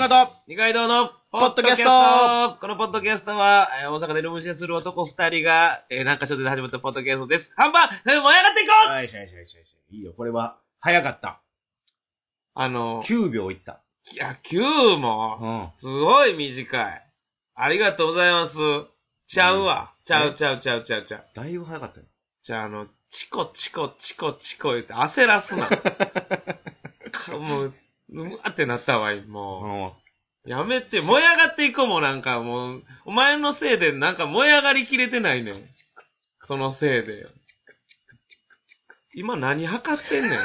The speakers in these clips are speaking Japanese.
山と二階堂のポッドキャストこのポッドキャストは、大阪でルームシェアする男二人が、何か所で始まったポッドキャストです。ハンバー燃え上がっていこうはい、いいよ、これは、早かった。9秒いった。 いや、9も、すごい短い。ありがとうございます。ちゃうわ。ちゃう。 だいぶ早かったよ。 じゃあ、チコ言って焦らすな。もう、うわってなったわ、もう。やめて、燃え上がっていこうもなんかもう、お前のせいでなんか燃え上がりきれてないねん。そのせいで。今何測ってんねん。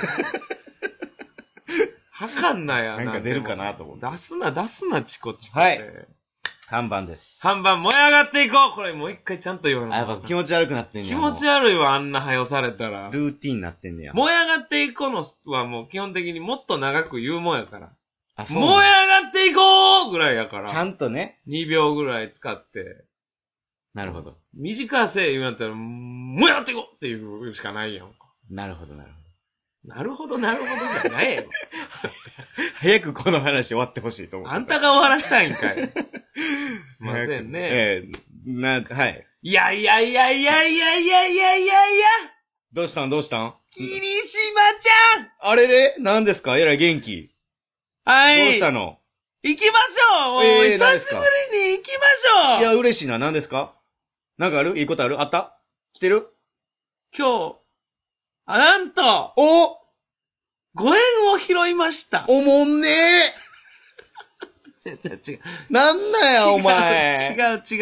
測んなや。 なんか出るかなと思って。 出すな、チコって。 はい。半番です。 半番燃え上がっていこう。これもう一回ちゃんと言わない。やっぱ気持ち悪くなってんねや。 気持ち悪いわ、あんな早されたら。 ルーティーンになってんねや。 燃え上がっていこうのはもう基本的にもっと長く言うもんやから。 そう燃え上がっていこうぐらいやから。 ちゃんとね。 2秒ぐらい使って。 なるほど。 短せ言うんやったら、燃え上がっていこうっていうしかないやん。 なるほど。 なるほどじゃないよ。 早くこの話終わってほしいと思って。 あんたが終わらしたいんかい。すいませんね。 はい。 いや。 どうしたん霧島ちゃんあれれ何ですかえらい元気。 はい。 どうしたの行きましょうもう、久しぶりに行きましょういや、嬉しいな。何ですかなんかあるいいことあるあった来てる今日、なんとご縁を拾いました。 おもんね違う。 なんだよ、お前。 違う。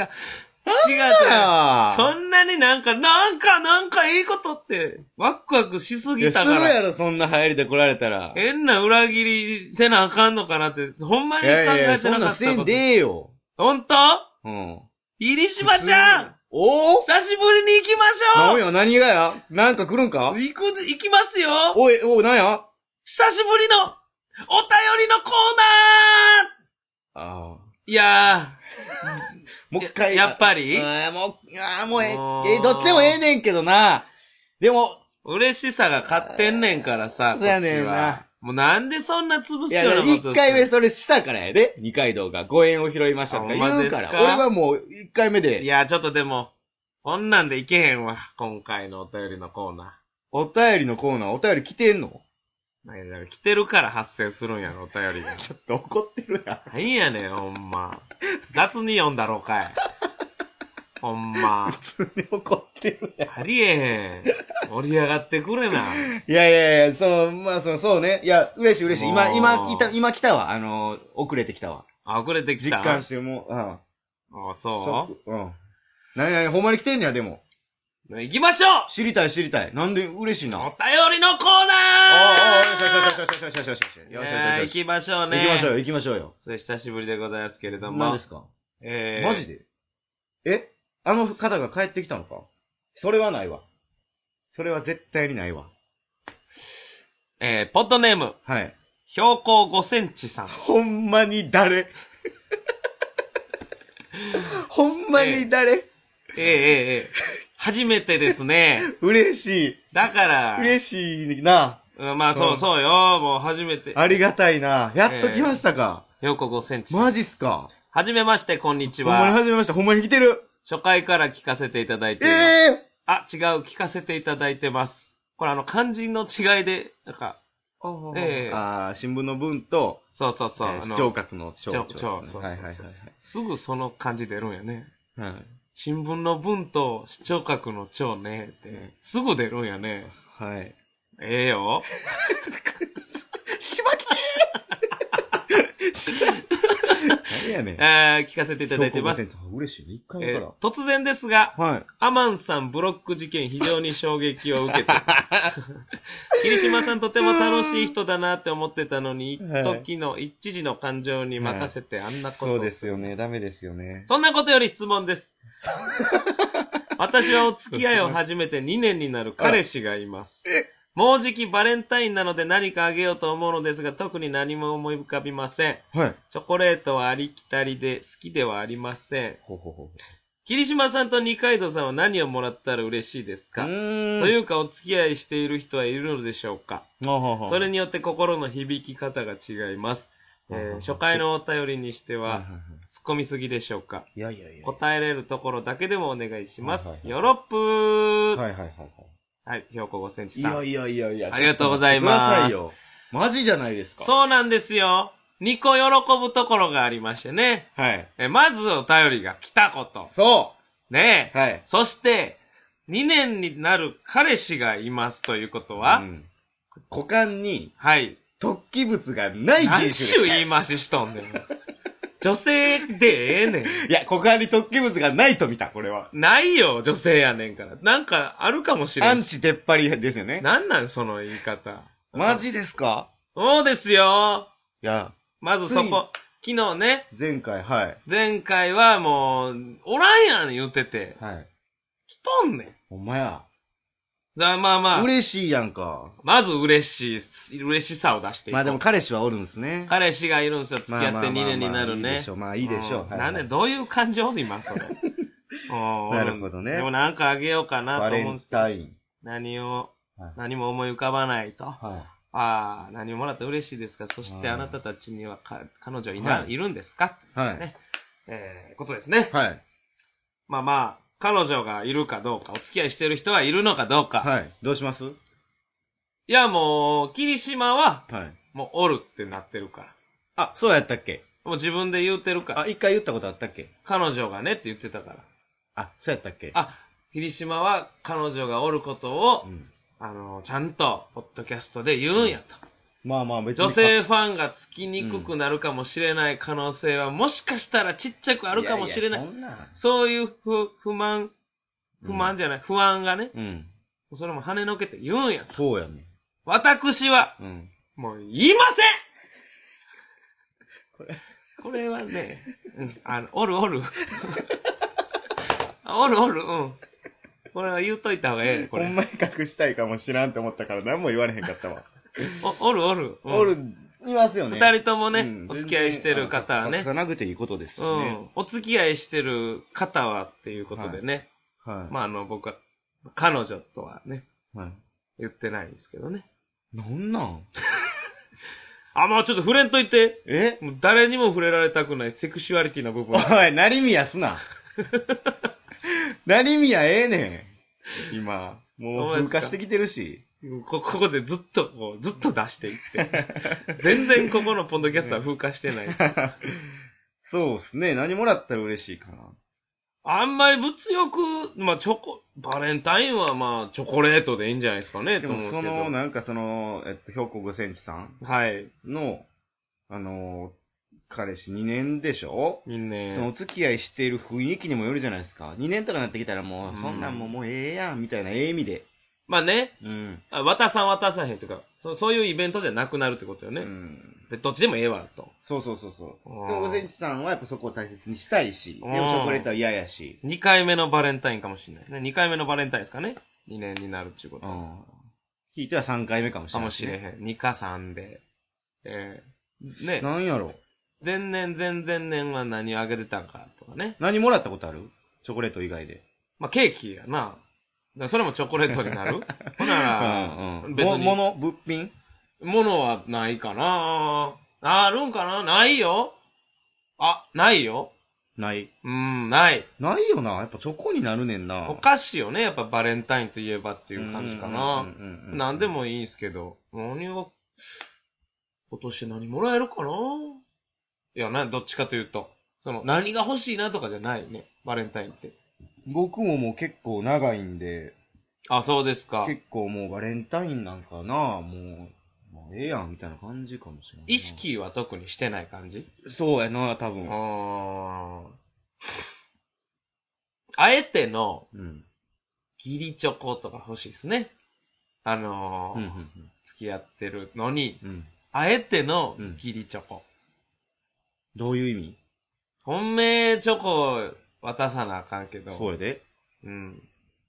そんなになんかいいことって、ワクワクしすぎたから。 するやろ、そんな入りで来られたら。 変な裏切りせなあかんのかなって、ほんまに考えてなかったこと。 そんなせんでええよ。 ほんと入島ちゃん久しぶりに行きましょう何がやなんか来るんか行きますよなんや久しぶりのお便りのコーナーいやもう一回。 やっぱりどっちでもええねんけどな。でも。 嬉しさが勝ってんねんからさ、 そうやねんな。 もうなんでそんな潰すようなこと 1回目それしたからやで。二階堂がご縁を拾いましたとか言うから。俺はもう1回目で。 いや、ちょっとでも、こんなんでいけへんわ。今回のお便りのコーナー。 お便りのコーナー、お便り来てんの来てるから発生するんやろ、お便りが。 ちょっと怒ってるやん。 何やねん、ほんま。雑に読んだろうかい。ほんま。 普通に怒ってるやん。 ありえへん。盛り上がってくれな。 いや、そうね。いや、嬉しい。今来たわ。遅れてきたわ。 遅れてきた。 実感してもそう何ほんまに来てんねや、でも。 行きましょう知りたい。なんで嬉しいな。 お便りのコーナーよし。行きましょうね。 行きましょうよ。 それ久しぶりでございますけれども。 何ですかマジであの方が帰ってきたのかそれはないわ。それは絶対にないわ。 ポッドネーム。 はい。 標高5センチさん。 ほんまに誰ほんまに誰初めてですね。 嬉しい。 だから。 嬉しいな。 まあそうよ。もう初めて。 ありがたいな。やっと来ましたか。 標高5センチ。 マジっすか。 はじめまして、こんにちは。 ほんまにはじめまして。ほんまに来てる。 初回から聞かせていただいています。違う、聞かせていただいてます。これ漢字の違いで、なんか、 新聞の文と、 そう。 視聴覚の聴。 そう。すぐその漢字出るんやね。 はい。 新聞の文と視聴覚の聴ねって、すぐ出るんやね。 はい。 ええよ。 しばき何やねん。 聞かせていただいてます。 嬉しいね。一回目から。 突然ですが、アマンさんブロック事件非常に衝撃を受けて霧島さんとても楽しい人だなって思ってたのに、一時の感情に任せてあんなことを。 そうですよね。ダメですよね。 そんなことより質問です。私はお付き合いを始めて2年になる彼氏がいます。もうじきバレンタインなので何かあげようと思うのですが、特に何も思い浮かびません。チョコレートはありきたりで好きではありません。霧島さんと二階堂さんは何をもらったら嬉しいですかというかお付き合いしている人はいるのでしょうかそれによって心の響き方が違います。 初回のお便りにしては、 はいはいはい。 突っ込みすぎでしょうか。 いやいやいや。 答えれるところだけでもお願いします。 はいはいはいよろっぷー。 はいはいはいはい。 はい、標高5センチさん。 いやいやいやいや。 ありがとうございますちょっと待ってくださいよ。マジじゃないですか。 そうなんですよ。2個喜ぶところがありましてね。 はい。 まずお便りが来たこと。 そねえ。 はい。 そして、2年になる彼氏がいますということは、 うん、股間にはい。 突起物がない人種何です。 ちゅう言い回ししとんねん。女性でええねん。 いや、股間に突起物がないと見た、これは。 ないよ、女性やねんから。なんかあるかもしれんし。 アンチ出っ張りですよね。 なんなんその言い方。 マジですか？ そうですよ。 いや、 まずそこ、昨日ね、 前回、はい。 前回はもう、おらんやん言ってて、 はい。 来とんねん。 ほんまや。 まあまあ、 嬉しいやんか。 まず嬉しさを出していこう。 まあでも彼氏はおるんですね。 彼氏がいるんですよ、付き合って2年になるね。 いいでしょう、まあいいでしょう。はいはいなんで、どういう感情今、それ。 なるほどねでもなんかあげようかなバレンと思うんですけど。 タイン。 何もはい、 何も思い浮かばないと。 はああ、何をもらって嬉しいですか。そしてはいあなたたちには彼女はいいるんですか、 い。はい。 ねことですね。 はい。 まあまあ、彼女がいるかどうか、お付き合いしてる人はいるのかどうか。 はい。どうします？ いやもう、霧島は、 はい。 もうおるってなってるから。 あ、そうやったっけ？ もう自分で言うてるから。 あ、一回言ったことあったっけ？ 彼女がねって言ってたから。 あ、そうやったっけ？ あ、霧島は彼女がおることを、 うん。 ちゃんと、ポッドキャストで言うんやと。 まあまあ別に。 女性ファンがつきにくくなるかもしれない可能性は、もしかしたらちっちゃくあるかもしれない。 やそんな。 そういう不満じゃない、不安がね、 うん。 それも跳ねのけて言うんやと。 そうやね。 私は、 うん。 もう言いませんこれはね、おる。おる、うん。これは言うといた方がええ、これ。 ほんまに隠したいかもしらんって思ったから何も言われへんかったわ。 おる。うん、 おる、いますよね。 二人ともね、 うんお付き合いしてる方はね隠。さなくていいことですしうね。 ん。お付き合いしてる方はっていうことでね。 はい。 まあ僕は、彼女とはね、 はい。 言ってないんですけどね。 なんなんまあちょっと触れんといて。 えもう誰にも触れられたくないセクシュアリティな部分。 おい、成宮すな。成宮ええねん。今。もう風化してきてるし。 ここでずっと出していって。全然ここのポッドキャストは風化してない。 そうっすね。何もらったら嬉しいかな。 あんまり物欲、まあバレンタインはまあチョコレートでいいんじゃないですかね、 でもと思うんですけど。 なんか標高5センチさんはい。 の、彼氏2年でしょ？ いいね。 そのお付き合いしている雰囲気にもよるじゃないですか。2年とかなってきたらもう、そんなんもうええやん、みたいなええ意味で。 まあね、 うん。 渡さへんとか、そういうイベントじゃなくなるってことよね。 うん。 でどっちでもええわ、と。 そう。であーも、5センチさんはやっぱそこを大切にしたいし、でもあーチョコレートは嫌やし。 2回目のバレンタインかもしれないね。2回目のバレンタインですかね。2年になるっていうこと。 ひいては3回目かもしれない、 かもしれへん。2か3で。ね。 なんやろ。 前年、前々年は何をあげてたんかとかね。 何もらったことある？チョコレート以外で。 まあ、ケーキやな。だからそれもチョコレートになるほなら、別に。 物品物はないかな。あるんかな？ないよ。ないよ。 ない。 ない。 ないよな。やっぱチョコになるねんな。 お菓子よね。やっぱバレンタインといえばっていう感じかな。なんでも。 もいいんすけど。今年何もらえるかな？いや、どっちかというと。何が欲しいなとかじゃないね。バレンタインって。 僕ももう結構長いんで、 そうですか。 結構もうバレンタインなんかな、もうええやんみたいな感じかもしれない。 意識は特にしてない感じ？ そうやな、多分。 あえての、 うん。 義理チョコとか欲しいですね。付き合ってるのに、あえての義理チョコ。 どういう意味？ 本命チョコ渡さなあかんけど。 そうやで。 うん。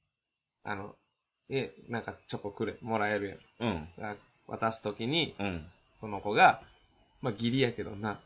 なんかチョコもらえるやん。渡すときに、その子が、まあ、義理やけどな。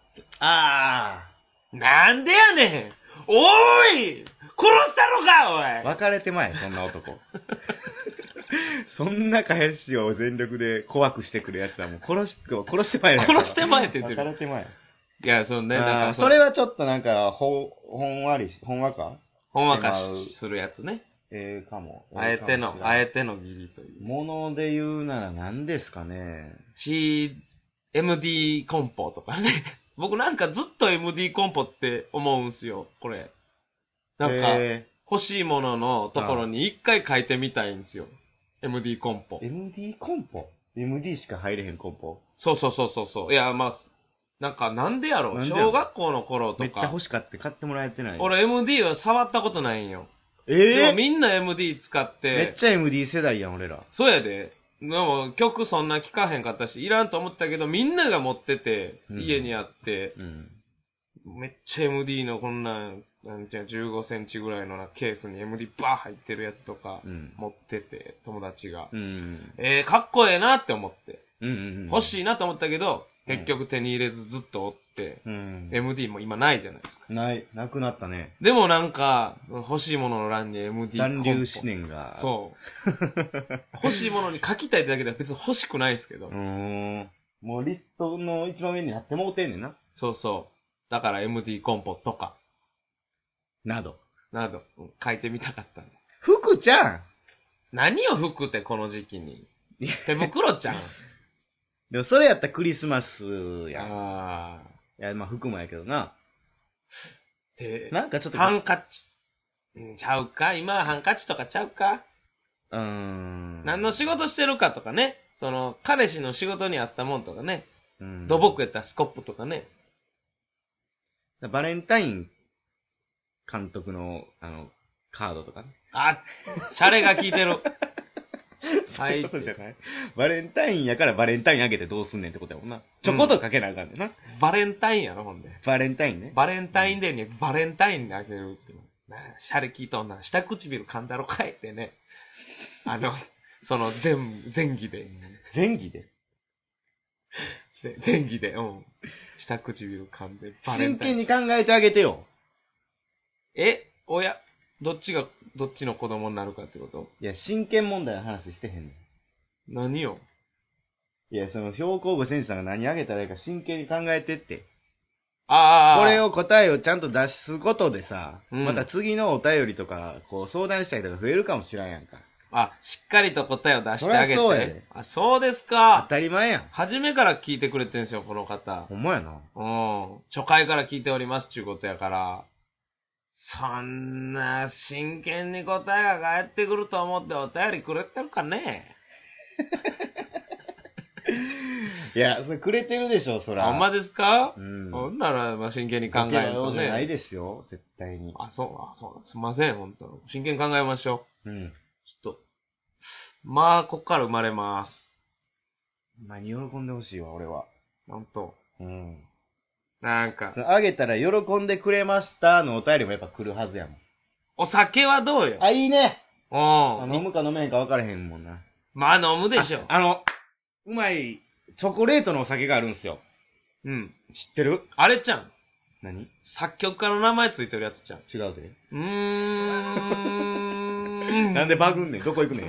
なんでやねん！おーい！殺したのかおい！ 別れてまえ、そんな男。そんな返しを全力で怖くしてくるやつはもう殺してまえ。 殺してまえって言ってる。 別れてまえ。 いや、そうね、 あーそれはちょっとなんか、ほんわかほんわかしてまうするやつね。 かも。 あえての義理という。 もので言うなら何ですかね。 MD コンポとかね。僕なんかずっと MD コンポって思うんすよ、これ。なんか、欲しいもののところに一回書いてみたいんですよ。MD コンポ。 MD コンポ ?MD しか入れへんコンポそう。いや、まあ、なんかなんでやろなんでやろ小学校の頃とか。 めっちゃ欲しかって買ってもらえてない。 俺 MD は触ったことないんよ。 ででもみんな MD 使って。 めっちゃ MD 世代やん、俺ら。 そうやで。でも曲そんな聴かへんかったし、いらんと思ってたけど、みんなが持ってて、家にあって、めっちゃ MD のこんなんていうの15センチぐらいのケースに MD バー入ってるやつとか、持ってて、友達が。かっこええなって思って。欲しいなと思ったけど、結局手に入れずずっと追って、MD も今ないじゃないですか。 なくなったね。 でもなんか、欲しいものの欄に MD 残留思念が。 そう。欲しいものに書きたいってだけでは別に欲しくないですけど。 もうリストの一番上になってもうてんねんな。 そうそう。だから MD コンポとか。 など、 書いてみたかったんだ。 服ちゃん何を服ってこの時期に。手袋ちゃん。 でもそれやったらクリスマスやん。 ああ。 いや、まあ服もやけどな。 なんかちょっと。ハンカチ。ちゃうか今はハンカチとかちゃうか何の仕事してるかとかね。彼氏の仕事にあったもんとかね。土木やったらスコップとかね。 バレンタイン監督の、カードとかね。 あ、シャレが効いてる。 はい。そうじゃない。バレンタインやからバレンタインあげてどうすんねんってことやもんな。ちょこっとかけなあかんねんな。 バレンタインやろ、ほんで。 バレンタインね。 バレンタインデーにバレンタインであげるって。シャレ効いとんな。下唇噛んだろかえってね。前儀で。 前儀で前儀で、下唇噛んでバレンタイン。真剣に考えてあげてよ。 どっちの子供になるかってこと？ いや、真剣問題の話してへんねん。 何よ？ いや、標高部先生さんが何あげたらいいか真剣に考えてって。これを答えをちゃんと出すことでさ、また次のお便りとか、相談したりとか増えるかもしらんやんか。 しっかりと答えを出してあげて。 そりゃそうやで。 そうですか。 当たり前やん。 初めから聞いてくれてんすよ、この方。 ほんまやな。 初回から聞いておりますっていうことやから。そんな真剣に答えが返ってくると思ってお便りくれてるかねいや、それくれてるでしょ、そら。 ほんまですか？ほんなら、真剣に考えるとね。 じゃないですよ、絶対に。 そう。すいません、ほんと。真剣に考えましょう。 ちょっと。まあ、こっから生まれます。 何喜んでほしいわ、俺は。 ほんと。なんか。 あげたら喜んでくれましたのお便りもやっぱ来るはずやもん。 お酒はどうよ？ いいね。 飲むか飲めへんか分からへんもんな。 まあ飲むでしょ。 うまい、チョコレートのお酒があるんすよ。知ってる？ あれちゃん。 何？ 作曲家の名前ついてるやつちゃん。 違うで。 なんでバグんねん？どこ行くねん？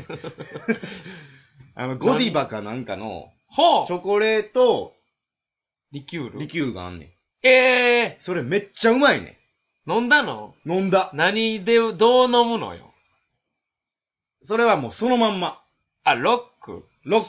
ゴディバかなんかの、チョコレート、 リキュールがあんねん。 それめっちゃうまいねん。飲んだの？ 飲んだ。 何で、どう飲むのよ？ それはもうそのまんま。 ロック。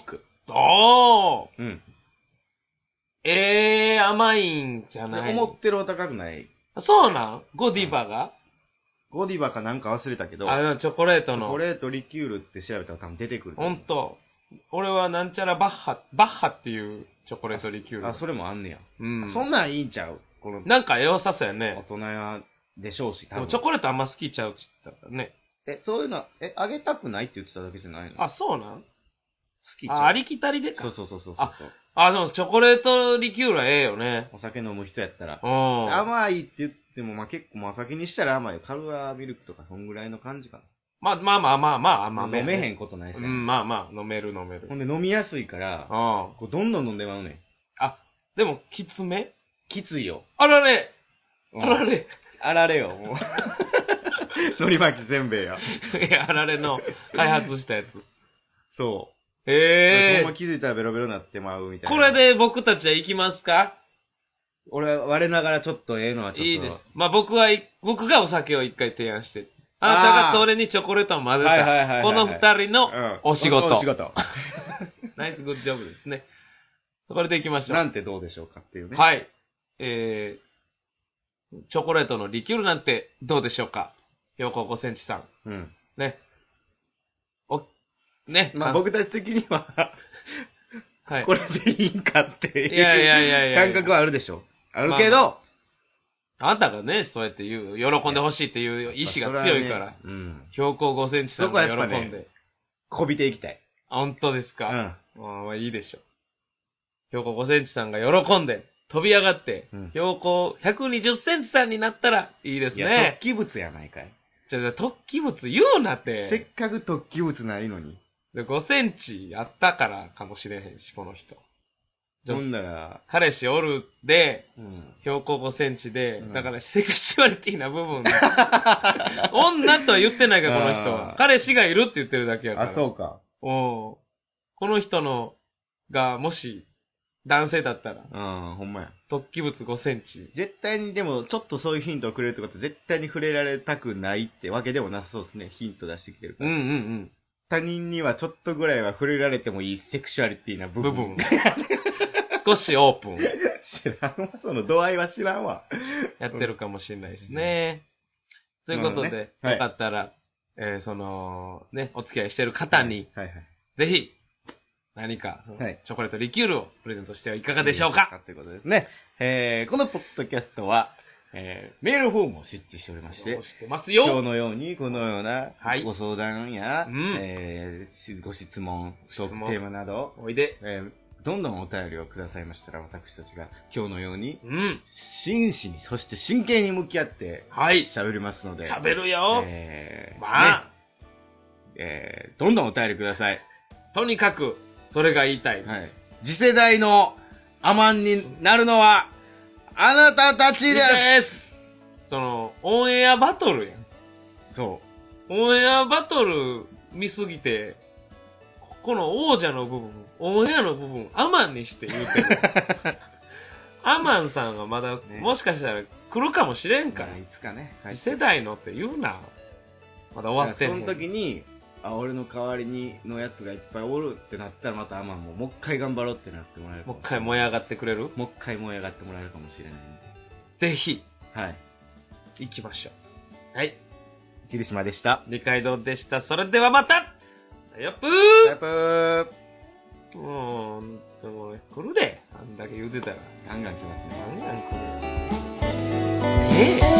甘いんじゃない？ 思ってるお高くない。 そうなん？ゴディバが？ ゴディバかなんか忘れたけど。 チョコレートの。 チョコレートリキュールって調べたら多分出てくる。 ほんと。俺はなんちゃらバッハっていうチョコレートリキュール。 それもあんねや。そんなんいいんちゃう？ なんか良さそうやね。 大人やでしょうし、多分。 でもチョコレートあんま好きちゃうって言ってたからね。 そういうの、あげたくないって言ってただけじゃないの？ そうなん？ 好きちゃう。 ありきたりでか。 そう。 そう、チョコレートリキュールはええよね。 お酒飲む人やったら。甘いって言っても、結構お酒にしたら甘いよ。カルアミルクとかそんぐらいの感じかな。 まあ、甘め。 飲めへんことないっすね。 まあ、飲める。 ほんで飲みやすいから、どんどん飲んでまうねん。 でも、きつめ？ きついよ。 あられよ、もう。 海苔巻きせんべいや。 あられの開発したやつ。 そう。ほんま気づいたらベロベロになってまうみたいな。 これで僕たちは行きますか？ 我ながらちょっとええのはちょっと。 いいです。まあ僕がお酒を一回提案して、あなたがそれにチョコレートを混ぜた、この二人のお仕事。 お仕事。 ナイスグッドジョブですね。これでいきましょう。 なんてどうでしょうかっていうね。 はい。チョコレートのリキュールなんてどうでしょうか。標高5センチさん。 うん。 ね。ね。 まあ僕たち的にははい。 これでいいんかっていう。 いや。 感覚はあるでしょ。あるけど、 あんたがね、そうやって言う、喜んでほしいっていう意志が強いから。 うん。 標高5センチさんが喜んで。 ね、こびていきたい。 本当ですか。 うん。 まあいいでしょう。標高5センチさんが喜んで、飛び上がって、標高120センチさんになったらいいですね。いや、 突起物やないかい。 突起物言うなって。 せっかく突起物ないのに。 で、5センチあったからかもしれへんし、この人。 ほんなら、 彼氏おるで、標高5センチで、だからセクシュアリティな部分。女とは言ってないから、この人は。彼氏がいるって言ってるだけやから。 あ、そうか。 この人が、もし、男性だったら。 ほんまや。 突起物5センチ。 絶対に、でも、ちょっとそういうヒントをくれるってことは、絶対に触れられたくないってわけでもなさそうですね。ヒント出してきてるから。他人にはちょっとぐらいは触れられてもいいセクシュアリティな部分。 少しオープン。 知らんわ。その度合いは知らんわ。 やってるかもしれないですね。ということで、よかったら、ね、お付き合いしてる方に、ぜひ、何か、チョコレートリキュールをプレゼントしてはいかがでしょうか。 ということですね。このポッドキャストは、メールフォームを設置しておりまして、 してますよ。 今日のようにこのようなご相談や、ご質問、トークテーマなど、どんどんお便りをくださいましたら、私たちが今日のように、真摯に、そして真剣に向き合って喋りますので、 喋るよ。 どんどんお便りください。 とにかく、それが言いたいです。 次世代のアマンになるのは、あなたたちです。 オンエアバトルやん。 そう。 オンエアバトル見すぎて、この王者の部分、オンエアの部分、アマンにして言うてる。アマンさんはまだ、もしかしたら来るかもしれんから。 いつかね。 次世代のって言うな。まだ終わってんねん。 その時に、俺の代わりのやつがいっぱいおるってなったらまたアマンもう一回頑張ろうってなってもらえる。 もう一回燃え上がってくれる？ もう一回燃え上がってもらえるかもしれないんで。 ぜひ。 はい。 行きましょう。はい。 霧島でした。 二階堂でした。それではまたさよっぷーさよっぷーでも来るで。あんだけ言うてたら。 ガンガン来ますね。 ガンガン来る。